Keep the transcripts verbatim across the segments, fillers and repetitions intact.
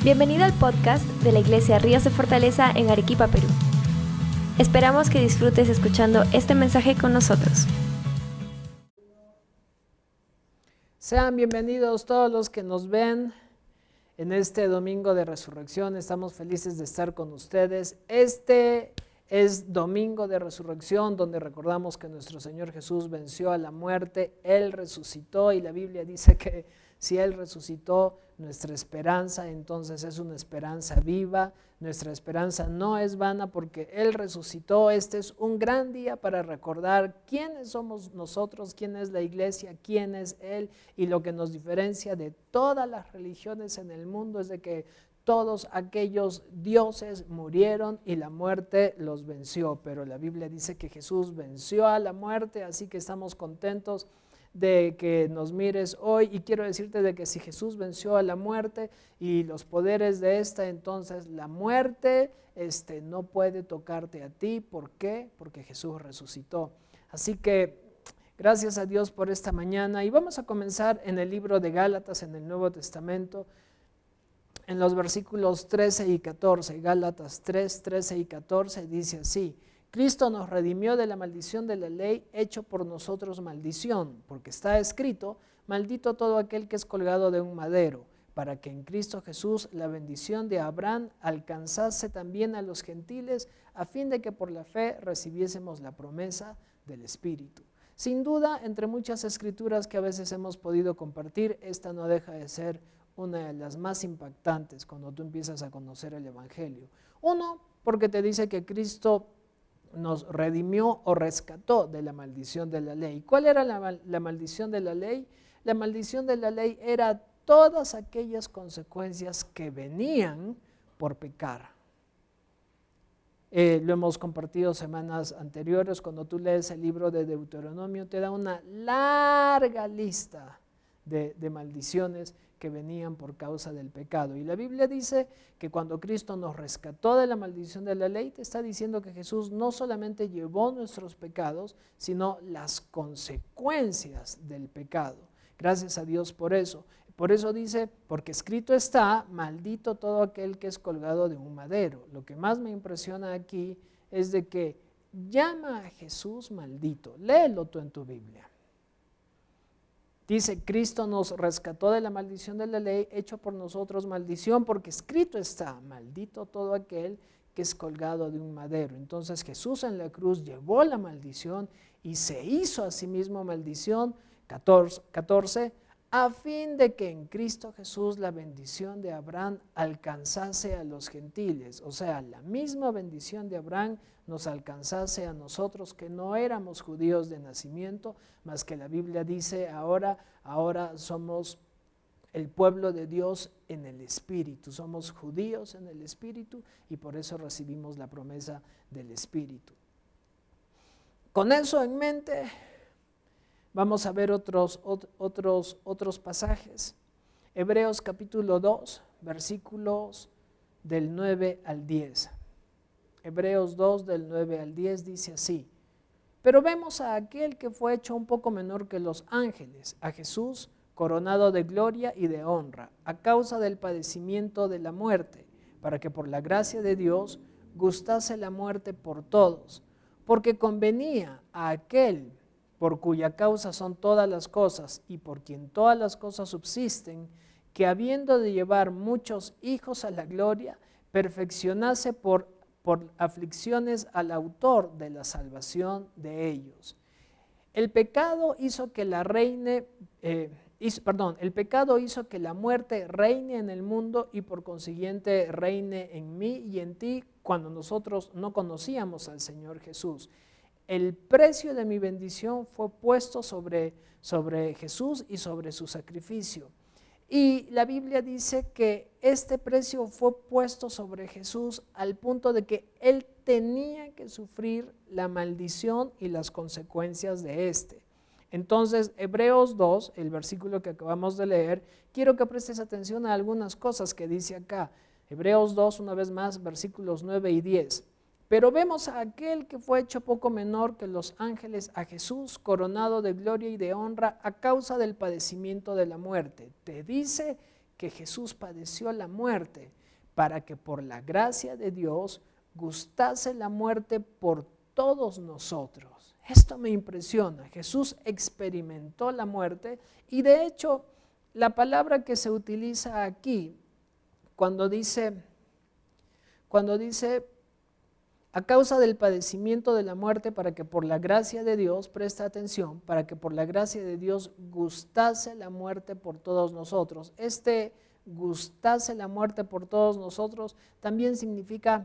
Bienvenido al podcast de la Iglesia Ríos de Fortaleza en Arequipa, Perú. Esperamos que disfrutes escuchando este mensaje con nosotros. Sean bienvenidos todos los que nos ven en este domingo de resurrección. Estamos felices de estar con ustedes. Este es domingo de resurrección, donde recordamos que nuestro Señor Jesús venció a la muerte. Él resucitó y la Biblia dice que si Él resucitó, nuestra esperanza entonces es una esperanza viva. Nuestra esperanza no es vana porque Él resucitó. Este es un gran día para recordar quiénes somos nosotros, quién es la iglesia, quién es Él, y lo que nos diferencia de todas las religiones en el mundo es de que todos aquellos dioses murieron y la muerte los venció, pero la Biblia dice que Jesús venció a la muerte, así que estamos contentos de que nos mires hoy, y quiero decirte de que si Jesús venció a la muerte y los poderes de esta, entonces la muerte este, no puede tocarte a ti. ¿Por qué? Porque Jesús resucitó. Así que gracias a Dios por esta mañana, y vamos a comenzar en el libro de Gálatas, en el Nuevo Testamento, en los versículos trece y catorce. Gálatas tres, trece y catorce dice así: Cristo nos redimió de la maldición de la ley, hecho por nosotros maldición, porque está escrito: maldito todo aquel que es colgado de un madero, para que en Cristo Jesús la bendición de Abraham alcanzase también a los gentiles, a fin de que por la fe recibiésemos la promesa del Espíritu. Sin duda, entre muchas escrituras que a veces hemos podido compartir, esta no deja de ser una de las más impactantes cuando tú empiezas a conocer el Evangelio. Uno, porque te dice que Cristo nos redimió o rescató de la maldición de la ley. ¿Cuál era la, la maldición de la ley? La maldición de la ley era todas aquellas consecuencias que venían por pecar. Eh, lo hemos compartido semanas anteriores. Cuando tú lees el libro de Deuteronomio, te da una larga lista de, de maldiciones que venían por causa del pecado. Y la Biblia dice que cuando Cristo nos rescató de la maldición de la ley, te está diciendo que Jesús no solamente llevó nuestros pecados, sino las consecuencias del pecado. Gracias a Dios por eso. Por eso dice: porque escrito está, maldito todo aquel que es colgado de un madero. Lo que más me impresiona aquí es de que llama a Jesús maldito. Léelo tú en tu Biblia. Dice: Cristo nos rescató de la maldición de la ley, hecho por nosotros maldición, porque escrito está: maldito todo aquel que es colgado de un madero. Entonces Jesús en la cruz llevó la maldición y se hizo a sí mismo maldición. catorce, a fin de que en Cristo Jesús la bendición de Abraham alcanzase a los gentiles. O sea, la misma bendición de Abraham nos alcanzase a nosotros que no éramos judíos de nacimiento, mas que la Biblia dice ahora, ahora somos el pueblo de Dios en el Espíritu. Somos judíos en el Espíritu y por eso recibimos la promesa del Espíritu. Con eso en mente, vamos a ver otros, otros, otros pasajes. Hebreos capítulo dos, versículos del nueve al diez. Hebreos dos del nueve al diez dice así: pero vemos a aquel que fue hecho un poco menor que los ángeles, a Jesús, coronado de gloria y de honra, a causa del padecimiento de la muerte, para que por la gracia de Dios gustase la muerte por todos, porque convenía a aquel por cuya causa son todas las cosas y por quien todas las cosas subsisten, que habiendo de llevar muchos hijos a la gloria, perfeccionase por, por aflicciones al autor de la salvación de ellos. El pecado hizo que la reine, eh, hizo, perdón, el pecado hizo que la muerte reine en el mundo y por consiguiente reine en mí y en ti cuando nosotros no conocíamos al Señor Jesús. El precio de mi bendición fue puesto sobre, sobre Jesús y sobre su sacrificio. Y la Biblia dice que este precio fue puesto sobre Jesús al punto de que Él tenía que sufrir la maldición y las consecuencias de este. Entonces, Hebreos dos, el versículo que acabamos de leer, quiero que prestes atención a algunas cosas que dice acá. Hebreos dos, una vez más, versículos nueve y diez. Pero vemos a aquel que fue hecho poco menor que los ángeles, a Jesús, coronado de gloria y de honra a causa del padecimiento de la muerte. Te dice que Jesús padeció la muerte para que por la gracia de Dios gustase la muerte por todos nosotros. Esto me impresiona. Jesús experimentó la muerte y de hecho la palabra que se utiliza aquí cuando dice, cuando dice a causa del padecimiento de la muerte para que por la gracia de Dios, presta atención, para que por la gracia de Dios gustase la muerte por todos nosotros. Este gustase la muerte por todos nosotros también significa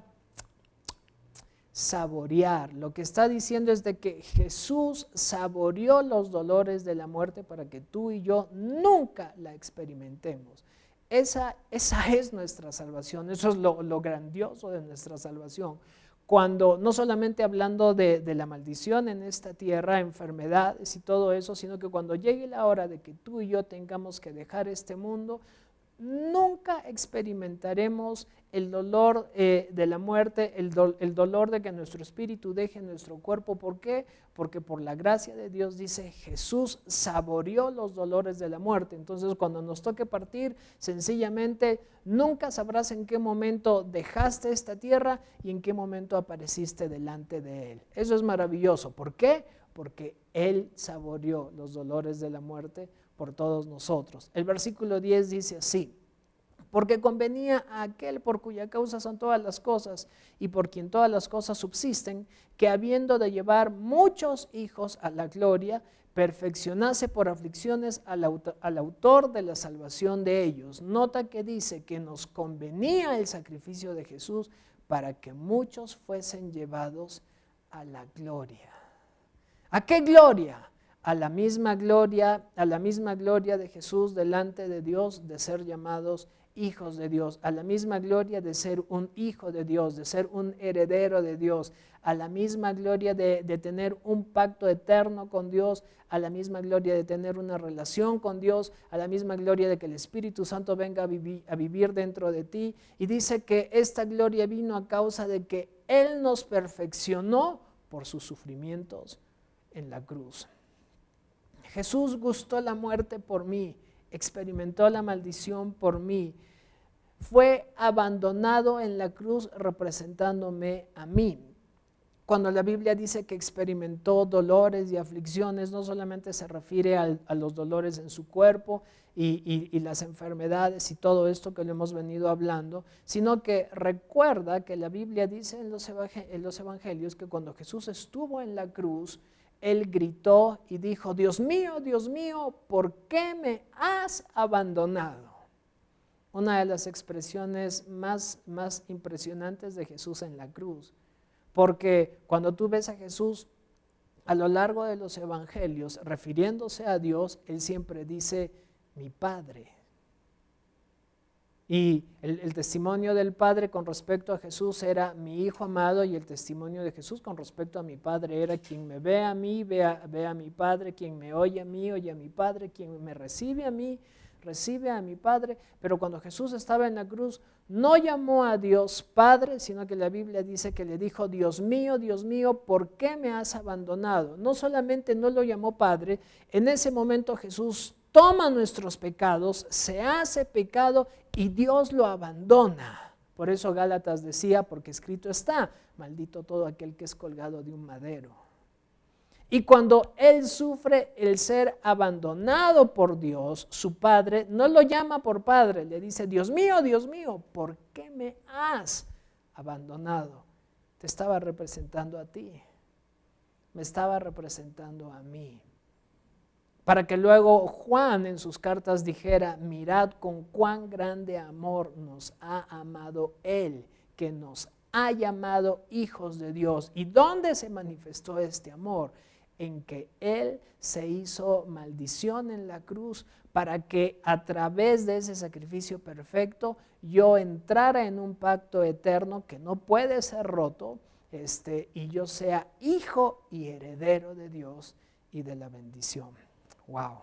saborear. Lo que está diciendo es de que Jesús saboreó los dolores de la muerte para que tú y yo nunca la experimentemos. Esa, esa es nuestra salvación, eso es lo, lo grandioso de nuestra salvación. Cuando, no solamente hablando de, de la maldición en esta tierra, enfermedades y todo eso, sino que cuando llegue la hora de que tú y yo tengamos que dejar este mundo, nunca experimentaremos el dolor eh, de la muerte, el, do, el dolor de que nuestro espíritu deje nuestro cuerpo. ¿Por qué? Porque por la gracia de Dios, dice, Jesús saboreó los dolores de la muerte. Entonces cuando nos toque partir, sencillamente nunca sabrás en qué momento dejaste esta tierra y en qué momento apareciste delante de Él. Eso es maravilloso. ¿Por qué? Porque Él saboreó los dolores de la muerte por todos nosotros. El versículo diez dice así: porque convenía a aquel por cuya causa son todas las cosas y por quien todas las cosas subsisten, que habiendo de llevar muchos hijos a la gloria, perfeccionase por aflicciones al autor, al autor de la salvación de ellos. Nota que dice que nos convenía el sacrificio de Jesús para que muchos fuesen llevados a la gloria. ¿A qué gloria? A la misma gloria, a la misma gloria de Jesús delante de Dios, de ser llamados hijos de Dios, a la misma gloria de ser un hijo de Dios, de ser un heredero de Dios, a la misma gloria de, de tener un pacto eterno con Dios, a la misma gloria de tener una relación con Dios, a la misma gloria de que el Espíritu Santo venga a vivir, a vivir dentro de ti. Y dice que esta gloria vino a causa de que Él nos perfeccionó por sus sufrimientos en la cruz. Jesús gustó la muerte por mí, experimentó la maldición por mí, fue abandonado en la cruz representándome a mí. Cuando la Biblia dice que experimentó dolores y aflicciones, no solamente se refiere al, a los dolores en su cuerpo y, y, y las enfermedades y todo esto que lo hemos venido hablando, sino que recuerda que la Biblia dice en los, en los evangelios que cuando Jesús estuvo en la cruz, Él gritó y dijo: Dios mío, Dios mío, ¿por qué me has abandonado? Una de las expresiones más, más impresionantes de Jesús en la cruz. Porque cuando tú ves a Jesús a lo largo de los evangelios, refiriéndose a Dios, Él siempre dice: mi Padre. Y el, el testimonio del Padre con respecto a Jesús era: mi Hijo amado, y el testimonio de Jesús con respecto a mi Padre era: quien me ve a mí, ve a, ve a mi Padre, quien me oye a mí, oye a mi Padre, quien me recibe a mí, recibe a mi Padre. Pero cuando Jesús estaba en la cruz, no llamó a Dios Padre, sino que la Biblia dice que le dijo: Dios mío, Dios mío, ¿por qué me has abandonado? No solamente no lo llamó Padre, en ese momento Jesús toma nuestros pecados, se hace pecado y Dios lo abandona. Por eso Gálatas decía, porque escrito está: maldito todo aquel que es colgado de un madero. Y cuando Él sufre el ser abandonado por Dios, su Padre, no lo llama por Padre, le dice: Dios mío, Dios mío, ¿por qué me has abandonado? Te estaba representando a ti, me estaba representando a mí. Para que luego Juan en sus cartas dijera: mirad con cuán grande amor nos ha amado Él, que nos ha llamado hijos de Dios. ¿Y dónde se manifestó este amor? En que Él se hizo maldición en la cruz para que a través de ese sacrificio perfecto yo entrara en un pacto eterno que no puede ser roto, este, y yo sea hijo y heredero de Dios y de la bendición. Wow.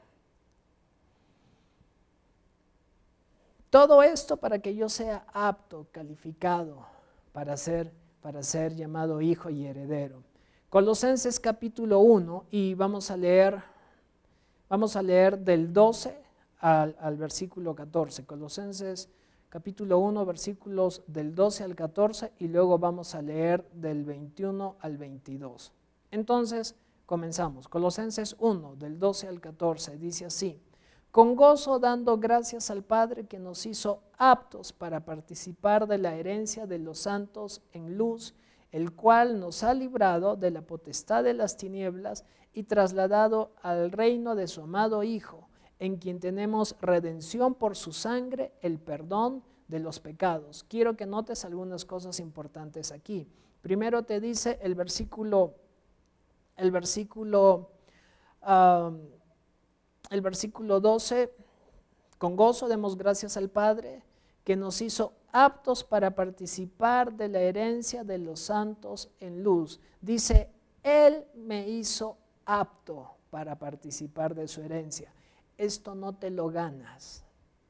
Todo esto para que yo sea apto, calificado para ser, para ser llamado hijo y heredero. Colosenses capítulo uno, y vamos a leer, vamos a leer del doce al, al versículo catorce, Colosenses capítulo uno, versículos del doce al catorce, y luego vamos a leer del veintiuno al veintidós. Entonces, comenzamos. Colosenses uno, del doce al catorce, dice así: con gozo dando gracias al Padre que nos hizo aptos para participar de la herencia de los santos en luz, el cual nos ha librado de la potestad de las tinieblas y trasladado al reino de su amado Hijo, en quien tenemos redención por su sangre, el perdón de los pecados. Quiero que notes algunas cosas importantes aquí. Primero te dice el versículo, el versículo, um, el versículo doce, con gozo demos gracias al Padre que nos hizo aptos para participar de la herencia de los santos en luz. Dice, Él me hizo apto para participar de su herencia. Esto no te lo ganas.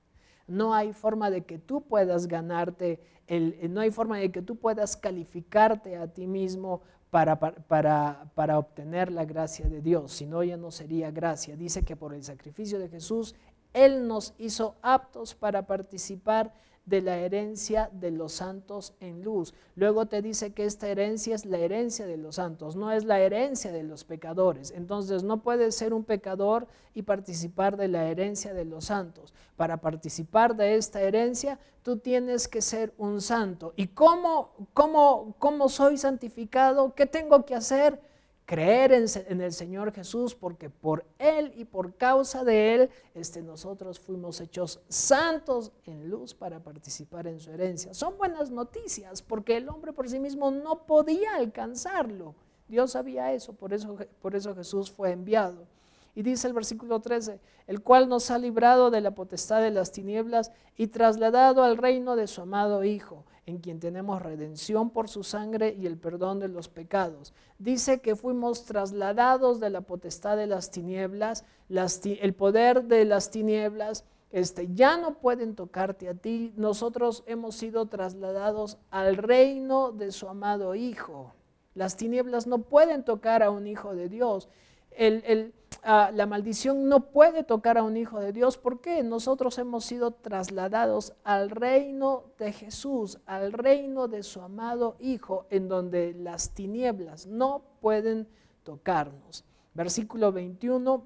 No hay forma de que tú puedas ganarte, el, no hay forma de que tú puedas calificarte a ti mismo para, para, para obtener la gracia de Dios, si no ya no sería gracia. Dice que por el sacrificio de Jesús, Él nos hizo aptos para participar de la herencia de los santos en luz. Luego te dice que esta herencia es la herencia de los santos, no es la herencia de los pecadores. Entonces no puedes ser un pecador y participar de la herencia de los santos. Para participar de esta herencia, tú tienes que ser un santo. ¿Y cómo, cómo, cómo soy santificado? ¿Qué tengo que hacer? Creer en, en el Señor Jesús, porque por Él y por causa de Él este, nosotros fuimos hechos santos en luz para participar en su herencia. Son buenas noticias, porque el hombre por sí mismo no podía alcanzarlo. Dios sabía eso, por eso, por eso Jesús fue enviado. Y dice el versículo trece, el cual nos ha librado de la potestad de las tinieblas y trasladado al reino de su amado Hijo, en quien tenemos redención por su sangre y el perdón de los pecados. Dice que fuimos trasladados de la potestad de las tinieblas, las, el poder de las tinieblas este, ya no pueden tocarte a ti. Nosotros hemos sido trasladados al reino de su amado Hijo. Las tinieblas no pueden tocar a un hijo de Dios. El, el, uh, la maldición no puede tocar a un hijo de Dios. ¿Por qué? Nosotros hemos sido trasladados al reino de Jesús, al reino de su amado Hijo, en donde las tinieblas no pueden tocarnos. Versículo veintiuno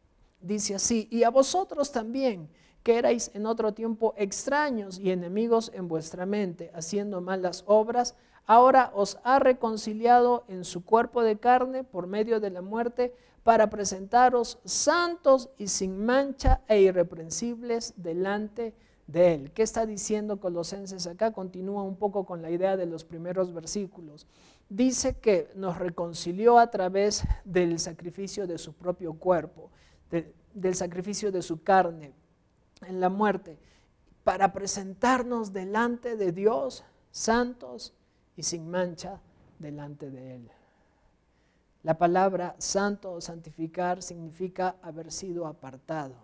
dice así: y a vosotros también, que erais en otro tiempo extraños y enemigos en vuestra mente, haciendo malas obras, ahora os ha reconciliado en su cuerpo de carne por medio de la muerte, para presentaros santos y sin mancha e irreprensibles delante de Él. ¿Qué está diciendo Colosenses acá? Continúa un poco con la idea de los primeros versículos. Dice que nos reconcilió a través del sacrificio de su propio cuerpo, de, del sacrificio de su carne en la muerte, para presentarnos delante de Dios santos y sin mancha delante de Él. La palabra santo o santificar significa haber sido apartado.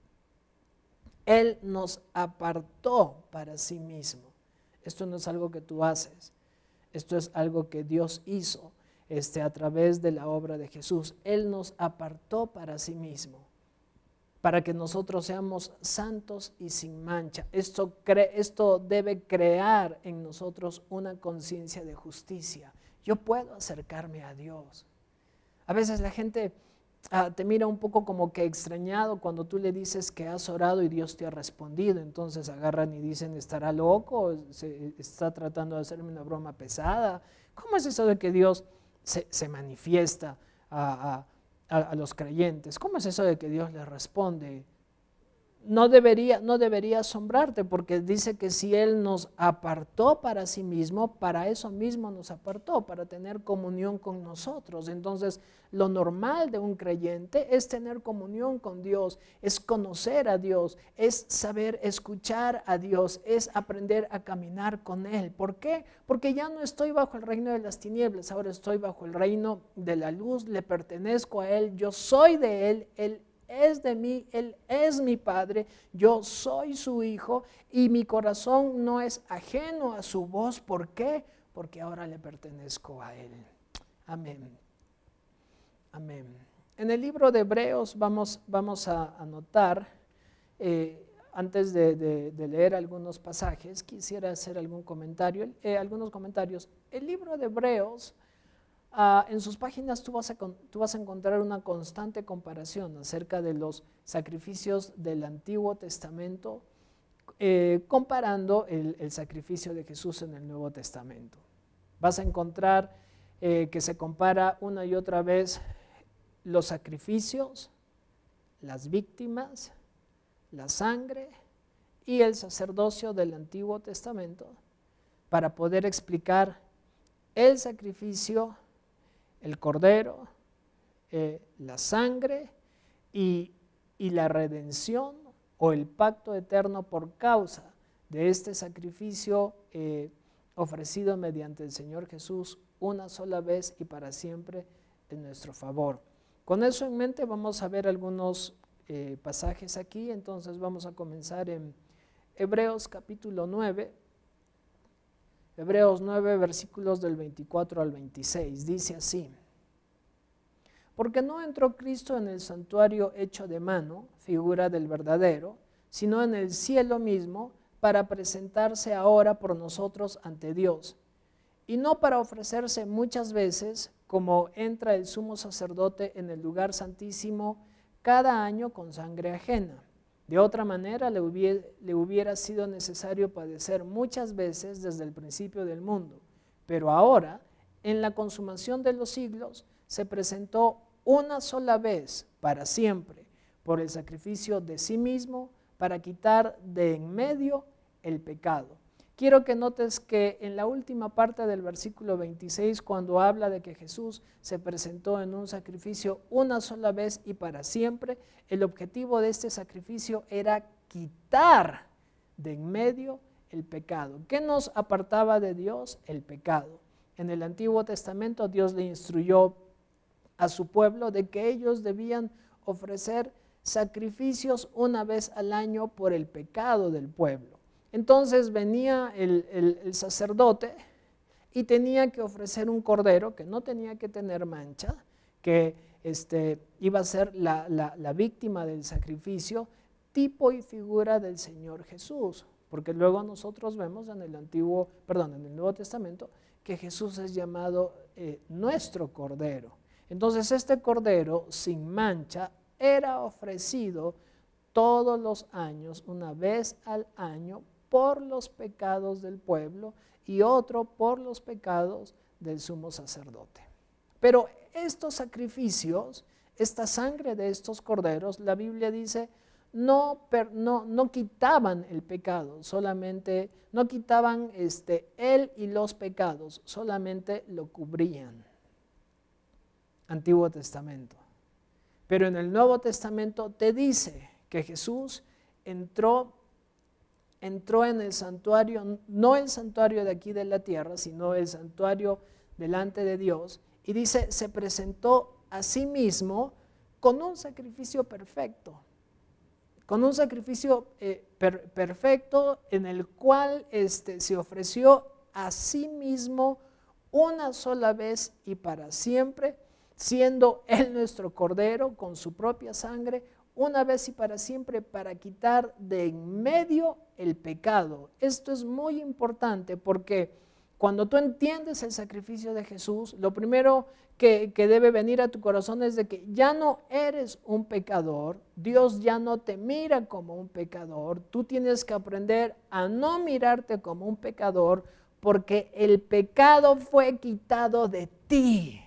Él nos apartó para sí mismo. Esto no es algo que tú haces, esto es algo que Dios hizo este, a través de la obra de Jesús. Él nos apartó para sí mismo, para que nosotros seamos santos y sin mancha. Esto, cre- esto debe crear en nosotros una conciencia de justicia. Yo puedo acercarme a Dios. A veces la gente ah, te mira un poco como que extrañado cuando tú le dices que has orado y Dios te ha respondido. Entonces agarran y dicen, ¿estará loco? ¿Se, está tratando de hacerme una broma pesada? ¿Cómo es eso de que Dios se, se manifiesta a, a, a los creyentes? ¿Cómo es eso de que Dios les responde? No debería, no debería asombrarte, porque dice que si Él nos apartó para sí mismo, para eso mismo nos apartó, para tener comunión con nosotros. Entonces, lo normal de un creyente es tener comunión con Dios, es conocer a Dios, es saber escuchar a Dios, es aprender a caminar con Él. ¿Por qué? Porque ya no estoy bajo el reino de las tinieblas, ahora estoy bajo el reino de la luz, le pertenezco a Él, yo soy de Él, Él es de mí, Él es mi Padre, yo soy su Hijo y mi corazón no es ajeno a su voz. ¿Por qué? Porque ahora le pertenezco a Él. Amén. Amén. En el libro de Hebreos vamos, vamos a anotar eh, antes de, de, de leer algunos pasajes, quisiera hacer algún comentario, eh, algunos comentarios. El libro de Hebreos, uh, en sus páginas tú vas, a, tú vas a encontrar una constante comparación acerca de los sacrificios del Antiguo Testamento, eh, comparando el, el sacrificio de Jesús en el Nuevo Testamento. Vas a encontrar eh, que se compara una y otra vez los sacrificios, las víctimas, la sangre y el sacerdocio del Antiguo Testamento para poder explicar el sacrificio, el cordero, eh, la sangre y, y la redención o el pacto eterno por causa de este sacrificio eh, ofrecido mediante el Señor Jesús una sola vez y para siempre en nuestro favor. Con eso en mente vamos a ver algunos Eh, pasajes aquí. Entonces vamos a comenzar en Hebreos capítulo nueve, Hebreos nueve versículos del veinticuatro al veintiséis, dice así: porque no entró Cristo en el santuario hecho de mano, figura del verdadero, sino en el cielo mismo, para presentarse ahora por nosotros ante Dios, y no para ofrecerse muchas veces, como entra el sumo sacerdote en el lugar santísimo cada año con sangre ajena. De otra manera le hubiera, le hubiera sido necesario padecer muchas veces desde el principio del mundo, pero ahora, en la consumación de los siglos, se presentó una sola vez para siempre por el sacrificio de sí mismo para quitar de en medio el pecado. Quiero que notes que en la última parte del versículo veintiséis, cuando habla de que Jesús se presentó en un sacrificio una sola vez y para siempre, el objetivo de este sacrificio era quitar de en medio el pecado. ¿Qué nos apartaba de Dios? El pecado. En el Antiguo Testamento Dios le instruyó a su pueblo de que ellos debían ofrecer sacrificios una vez al año por el pecado del pueblo. Entonces venía el, el, el sacerdote y tenía que ofrecer un cordero que no tenía que tener mancha, que este, iba a ser la, la, la víctima del sacrificio, tipo y figura del Señor Jesús, porque luego nosotros vemos en el Antiguo, perdón, en el Nuevo Testamento que Jesús es llamado eh, nuestro cordero. Entonces este cordero sin mancha era ofrecido todos los años, una vez al año, por los pecados del pueblo y otro por los pecados del sumo sacerdote. Pero estos sacrificios, esta sangre de estos corderos, la Biblia dice, no, per, no, no quitaban el pecado, solamente, no quitaban este, él y los pecados, solamente lo cubrían. Antiguo Testamento. Pero en el Nuevo Testamento te dice que Jesús entró entró en el santuario, no el santuario de aquí de la tierra, sino el santuario delante de Dios, y dice, se presentó a sí mismo con un sacrificio perfecto, con un sacrificio eh, per, perfecto en el cual este, se ofreció a sí mismo una sola vez y para siempre, siendo Él nuestro cordero con su propia sangre, una vez y para siempre, para quitar de en medio el pecado. Esto es muy importante porque cuando tú entiendes el sacrificio de Jesús, lo primero que, que debe venir a tu corazón es de que ya no eres un pecador, Dios ya no te mira como un pecador, tú tienes que aprender a no mirarte como un pecador porque el pecado fue quitado de ti.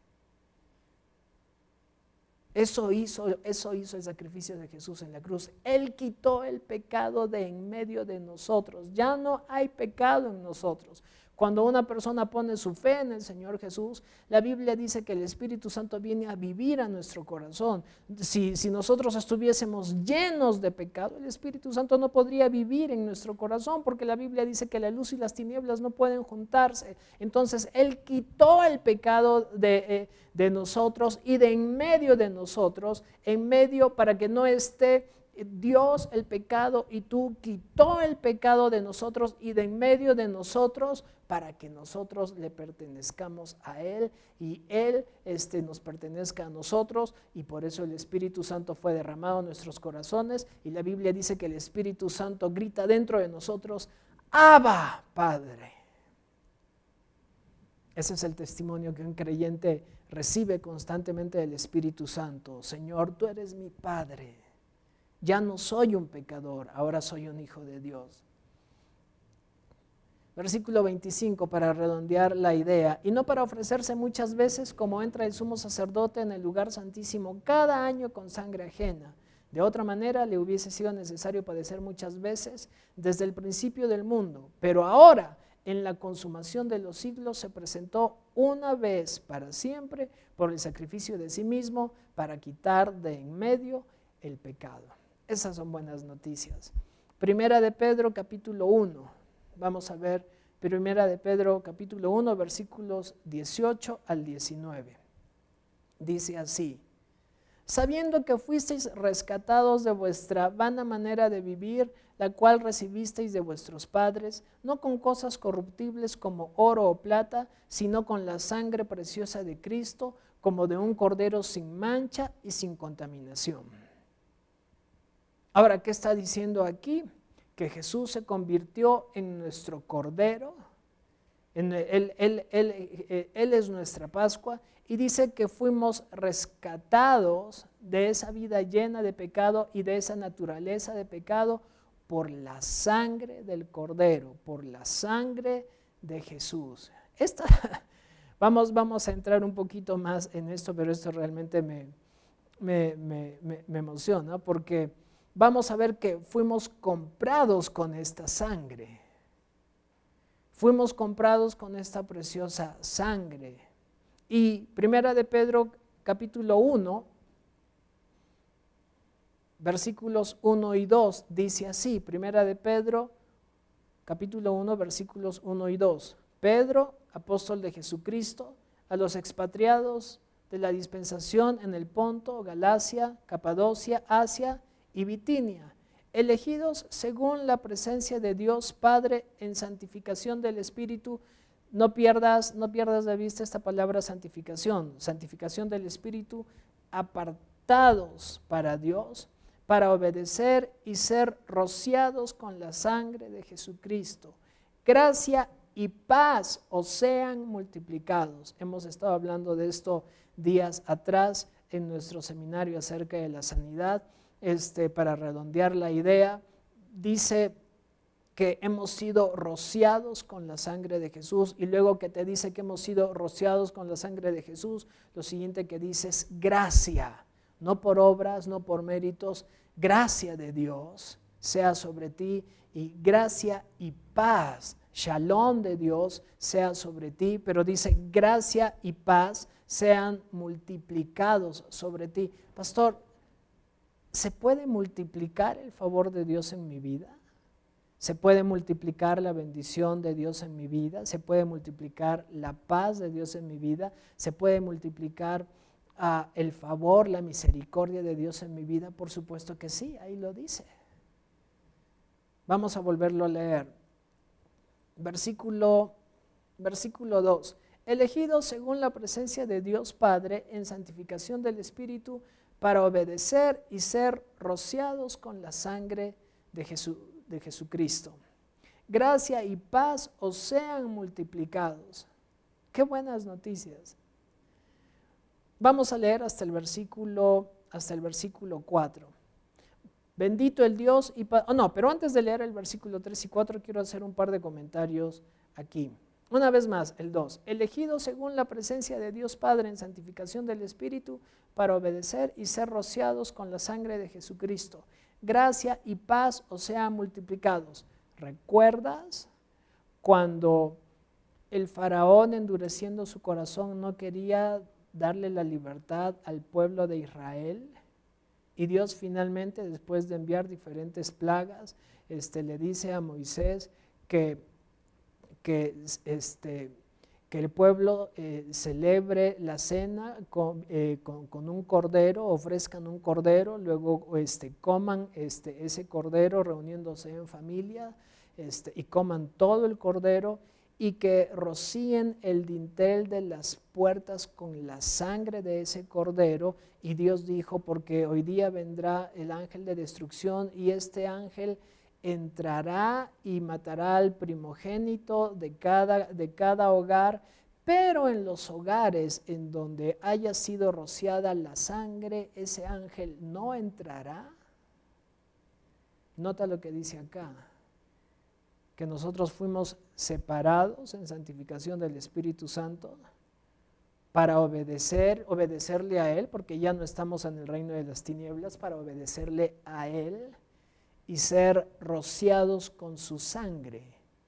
Eso hizo, eso hizo el sacrificio de Jesús en la cruz. Él quitó el pecado de en medio de nosotros. Ya no hay pecado en nosotros. Cuando una persona pone su fe en el Señor Jesús, la Biblia dice que el Espíritu Santo viene a vivir a nuestro corazón. Si, si nosotros estuviésemos llenos de pecado, el Espíritu Santo no podría vivir en nuestro corazón, porque la Biblia dice que la luz y las tinieblas no pueden juntarse. Entonces Él quitó el pecado de, eh, de nosotros y de en medio de nosotros, en medio para que no esté Dios el pecado y tú quitó el pecado de nosotros y de en medio de nosotros para que nosotros le pertenezcamos a Él y Él este, nos pertenezca a nosotros, y por eso el Espíritu Santo fue derramado en nuestros corazones, y la Biblia dice que el Espíritu Santo grita dentro de nosotros: Abba, Padre. Ese es el testimonio que un creyente recibe constantemente del Espíritu Santo. Señor, tú eres mi Padre. Ya no soy un pecador, ahora soy un hijo de Dios. Versículo veinticinco, para redondear la idea: y no para ofrecerse muchas veces, como entra el sumo sacerdote en el lugar santísimo cada año con sangre ajena. De otra manera le hubiese sido necesario padecer muchas veces desde el principio del mundo. Pero ahora, en la consumación de los siglos, se presentó una vez para siempre por el sacrificio de sí mismo para quitar de en medio el pecado. Esas son buenas noticias. Primera de Pedro, capítulo uno. Vamos a ver Primera de Pedro, capítulo uno, versículos dieciocho al diecinueve. Dice así: sabiendo que fuisteis rescatados de vuestra vana manera de vivir, la cual recibisteis de vuestros padres, no con cosas corruptibles como oro o plata, sino con la sangre preciosa de Cristo, como de un cordero sin mancha y sin contaminación. Ahora, ¿qué está diciendo aquí? Que Jesús se convirtió en nuestro Cordero, en él, él, él, él es nuestra Pascua, y dice que fuimos rescatados de esa vida llena de pecado y de esa naturaleza de pecado por la sangre del Cordero, por la sangre de Jesús. Esta, vamos, vamos a entrar un poquito más en esto, pero esto realmente me, me, me, me, me emociona, porque vamos a ver que fuimos comprados con esta sangre. Fuimos comprados con esta preciosa sangre. Y Primera de Pedro, capítulo uno, versículos uno y dos, dice así. Primera de Pedro, capítulo uno, versículos uno y dos. Pedro, apóstol de Jesucristo, a los expatriados de la dispensación en el Ponto, Galacia, Capadocia, Asia y Bitinia, elegidos según la presencia de Dios Padre en santificación del Espíritu. No pierdas, no pierdas de vista esta palabra santificación, santificación del Espíritu, apartados para Dios, para obedecer y ser rociados con la sangre de Jesucristo. Gracia y paz os sean multiplicados. Hemos estado hablando de esto días atrás en nuestro seminario acerca de la sanidad. Este, para redondear la idea, dice que hemos sido rociados con la sangre de Jesús, y luego que te dice que hemos sido rociados con la sangre de Jesús, lo siguiente que dice es gracia, no por obras, no por méritos, gracia de Dios sea sobre ti, y gracia y paz, shalom de Dios sea sobre ti, pero dice gracia y paz sean multiplicados sobre ti. Pastor, ¿se puede multiplicar el favor de Dios en mi vida? ¿Se puede multiplicar la bendición de Dios en mi vida? ¿Se puede multiplicar la paz de Dios en mi vida? ¿Se puede multiplicar uh, el favor, la misericordia de Dios en mi vida? Por supuesto que sí, ahí lo dice. Vamos a volverlo a leer. Versículo, versículo dos. Elegidos según la presencia de Dios Padre en santificación del Espíritu, para obedecer y ser rociados con la sangre de, Jesu, de Jesucristo. Gracia y paz os sean multiplicados. Qué buenas noticias. Vamos a leer hasta el versículo, hasta el versículo cuatro. Bendito el Dios y Padre. Oh, no, pero antes de leer el versículo tres y cuatro, quiero hacer un par de comentarios aquí. Una vez más, el dos. Elegidos según la presencia de Dios Padre en santificación del Espíritu, para obedecer y ser rociados con la sangre de Jesucristo. Gracia y paz os sean multiplicados. ¿Recuerdas cuando el faraón, endureciendo su corazón, no quería darle la libertad al pueblo de Israel? Y Dios finalmente, después de enviar diferentes plagas, este, le dice a Moisés que, que, este, que el pueblo eh, celebre la cena con, eh, con, con un cordero, ofrezcan un cordero, luego este, coman este, ese cordero reuniéndose en familia este, y coman todo el cordero, y que rocíen el dintel de las puertas con la sangre de ese cordero. Y Dios dijo, porque hoy día vendrá el ángel de destrucción, y este ángel entrará y matará al primogénito de cada, de cada hogar, pero en los hogares en donde haya sido rociada la sangre, ese ángel no entrará. Nota lo que dice acá, que nosotros fuimos separados en santificación del Espíritu Santo para obedecer, obedecerle a Él, porque ya no estamos en el reino de las tinieblas, para obedecerle a Él y ser rociados con su sangre.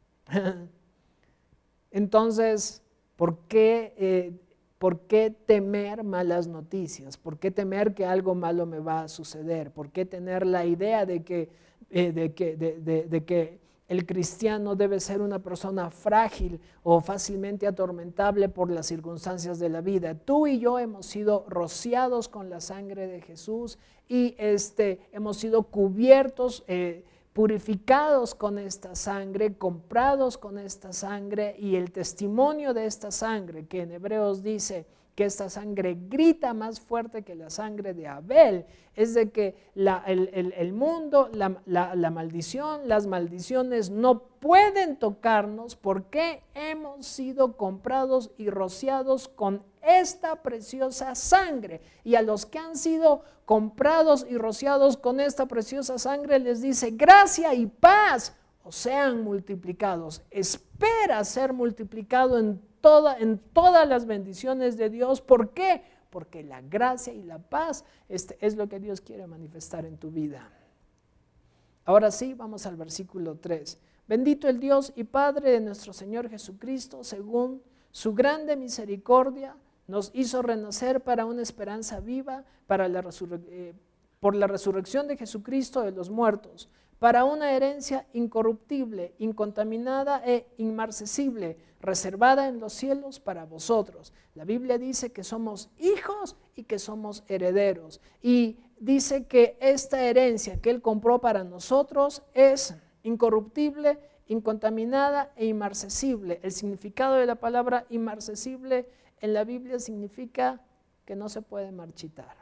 Entonces, ¿por qué, eh, ¿por qué temer malas noticias? ¿Por qué temer que algo malo me va a suceder? ¿Por qué tener la idea de que, eh, de que, de, de, de que el cristiano debe ser una persona frágil o fácilmente atormentable por las circunstancias de la vida? Tú y yo hemos sido rociados con la sangre de Jesús y este, hemos sido cubiertos, eh, purificados con esta sangre, comprados con esta sangre, y el testimonio de esta sangre, que en Hebreos dice que esta sangre grita más fuerte que la sangre de Abel, es de que la, el, el, el mundo, la, la, la maldición, las maldiciones no pueden tocarnos porque hemos sido comprados y rociados con esta preciosa sangre. Y a los que han sido comprados y rociados con esta preciosa sangre les dice: gracia y paz os sean multiplicados. Espera ser multiplicado en, toda, en todas las bendiciones de Dios. ¿Por qué? Porque la gracia y la paz este, es lo que Dios quiere manifestar en tu vida. Ahora sí, vamos al versículo tres. Bendito el Dios y Padre de nuestro Señor Jesucristo, según su grande misericordia, nos hizo renacer para una esperanza viva, para la resurre- eh, por la resurrección de Jesucristo de los muertos, para una herencia incorruptible, incontaminada e inmarcesible, reservada en los cielos para vosotros. La Biblia dice que somos hijos y que somos herederos. Y dice que esta herencia que Él compró para nosotros es incorruptible, incontaminada e inmarcesible. El significado de la palabra inmarcesible en la Biblia significa que no se puede marchitar.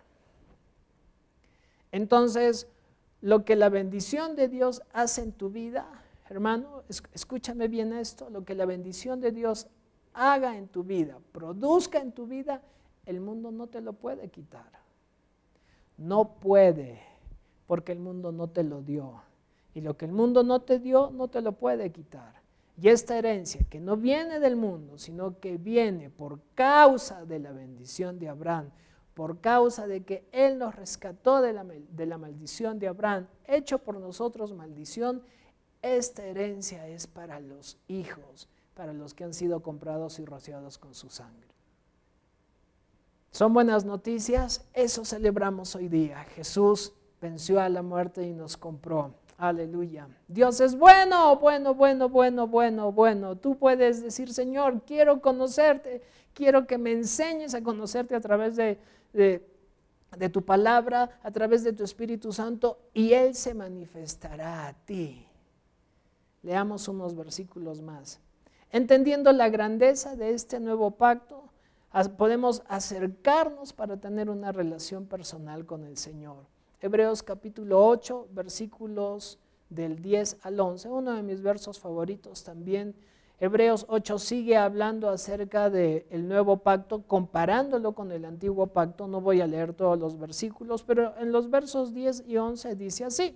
Entonces, lo que la bendición de Dios hace en tu vida, hermano, escúchame bien esto, lo que la bendición de Dios haga en tu vida, produzca en tu vida, el mundo no te lo puede quitar. No puede, porque el mundo no te lo dio. Y lo que el mundo no te dio, no te lo puede quitar. Y esta herencia que no viene del mundo, sino que viene por causa de la bendición de Abraham, por causa de que Él nos rescató de la, de la maldición de Abraham, hecho por nosotros maldición, esta herencia es para los hijos, para los que han sido comprados y rociados con su sangre. ¿Son buenas noticias? Eso celebramos hoy día. Jesús venció a la muerte y nos compró. Aleluya. Dios es bueno, bueno, bueno, bueno, bueno, bueno. Tú puedes decir: Señor, quiero conocerte, quiero que me enseñes a conocerte a través de, de, de tu palabra, a través de tu Espíritu Santo, y Él se manifestará a ti. Leamos unos versículos más. Entendiendo la grandeza de este nuevo pacto, podemos acercarnos para tener una relación personal con el Señor. Hebreos capítulo ocho, versículos del diez al once, uno de mis versos favoritos también. Hebreos ocho sigue hablando acerca del nuevo pacto, comparándolo con el antiguo pacto. No voy a leer todos los versículos, pero en los versos diez y once dice así: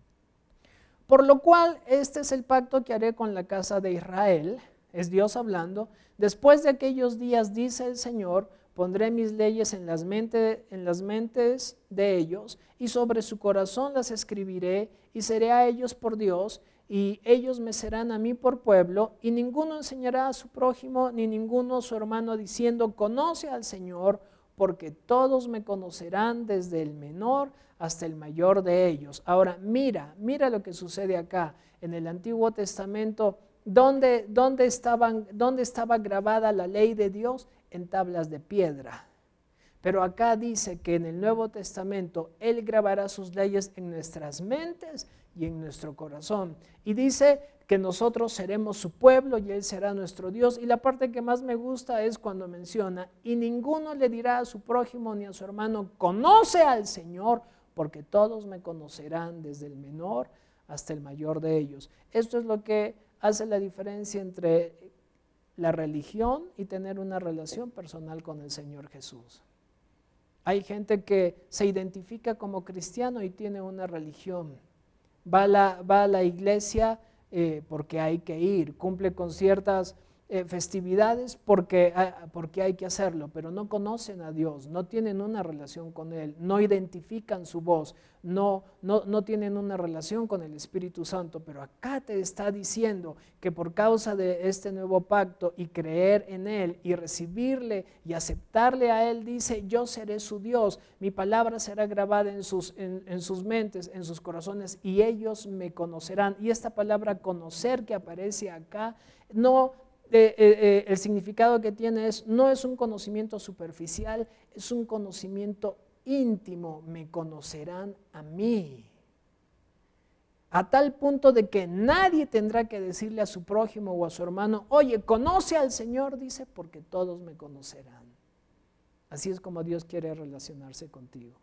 por lo cual este es el pacto que haré con la casa de Israel, es Dios hablando, después de aquellos días, dice el Señor, pondré mis leyes en las, mente, en las mentes de ellos, y sobre su corazón las escribiré, y seré a ellos por Dios, y ellos me serán a mí por pueblo, y ninguno enseñará a su prójimo, ni ninguno a su hermano, diciendo: conoce al Señor, porque todos me conocerán, desde el menor hasta el mayor de ellos. Ahora, mira, mira lo que sucede acá. En el Antiguo Testamento ¿dónde, dónde, estaban, ¿dónde estaba grabada la ley de Dios? En tablas de piedra. Pero acá dice que en el Nuevo Testamento Él grabará sus leyes en nuestras mentes y en nuestro corazón. Y dice que nosotros seremos su pueblo y Él será nuestro Dios. Y la parte que más me gusta es cuando menciona, y ninguno le dirá a su prójimo ni a su hermano, conoce al Señor, porque todos me conocerán, desde el menor hasta el mayor de ellos. Esto es lo que hace la diferencia entre la religión y tener una relación personal con el Señor Jesús. Hay gente que se identifica como cristiano y tiene una religión. Va a la, va a la iglesia eh, porque hay que ir, cumple con ciertas eh, festividades porque, ah, porque hay que hacerlo, pero no conocen a Dios, no tienen una relación con Él, no identifican su voz, no, no, no tienen una relación con el Espíritu Santo. Pero acá te está diciendo que por causa de este nuevo pacto y creer en Él y recibirle y aceptarle a Él, dice, yo seré su Dios, mi palabra será grabada en sus, en, en sus mentes, en sus corazones, y ellos me conocerán. Y esta palabra conocer que aparece acá, no Eh, eh, el significado que tiene es, no es un conocimiento superficial, es un conocimiento íntimo. Me conocerán a mí, a tal punto de que nadie tendrá que decirle a su prójimo o a su hermano, oye, conoce al Señor, dice, porque todos me conocerán. Así es como Dios quiere relacionarse contigo.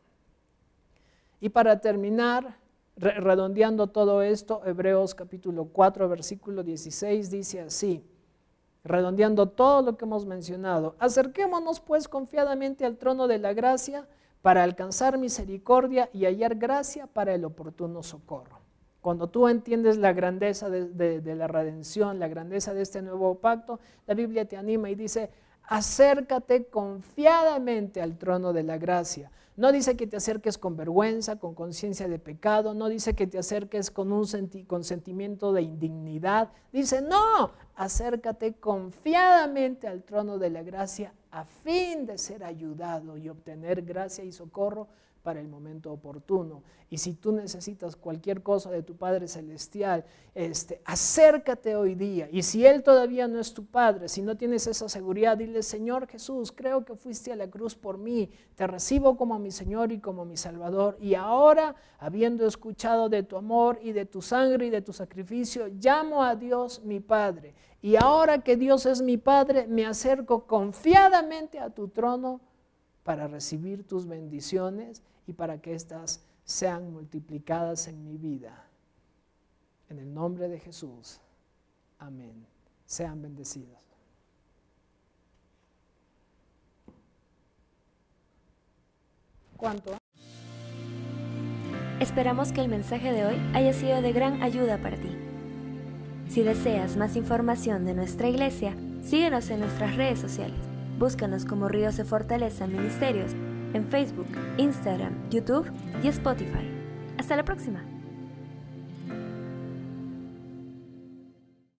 Y para terminar, redondeando todo esto, Hebreos capítulo cuatro, versículo dieciséis dice así, redondeando todo lo que hemos mencionado, acerquémonos pues confiadamente al trono de la gracia para alcanzar misericordia y hallar gracia para el oportuno socorro. Cuando tú entiendes la grandeza de, de, de la redención, la grandeza de este nuevo pacto, la Biblia te anima y dice, acércate confiadamente al trono de la gracia. No dice que te acerques con vergüenza, con conciencia de pecado, no dice que te acerques con un senti- con sentimiento de indignidad. Dice, no, acércate confiadamente al trono de la gracia a fin de ser ayudado y obtener gracia y socorro para el momento oportuno. Y si tú necesitas cualquier cosa de tu Padre Celestial, este, acércate hoy día. Y si Él todavía no es tu Padre, si no tienes esa seguridad, dile, Señor Jesús, creo que fuiste a la cruz por mí, te recibo como mi Señor y como mi Salvador. Y ahora, habiendo escuchado de tu amor y de tu sangre y de tu sacrificio, llamo a Dios mi Padre. Y ahora que Dios es mi Padre, me acerco confiadamente a tu trono para recibir tus bendiciones y para que éstas sean multiplicadas en mi vida. En el nombre de Jesús. Amén. Sean bendecidos. ¿Cuánto? Esperamos que el mensaje de hoy haya sido de gran ayuda para ti. Si deseas más información de nuestra iglesia, síguenos en nuestras redes sociales. Búscanos como Ríos de Fortaleza Ministerios en Facebook, Instagram, YouTube y Spotify. Hasta la próxima.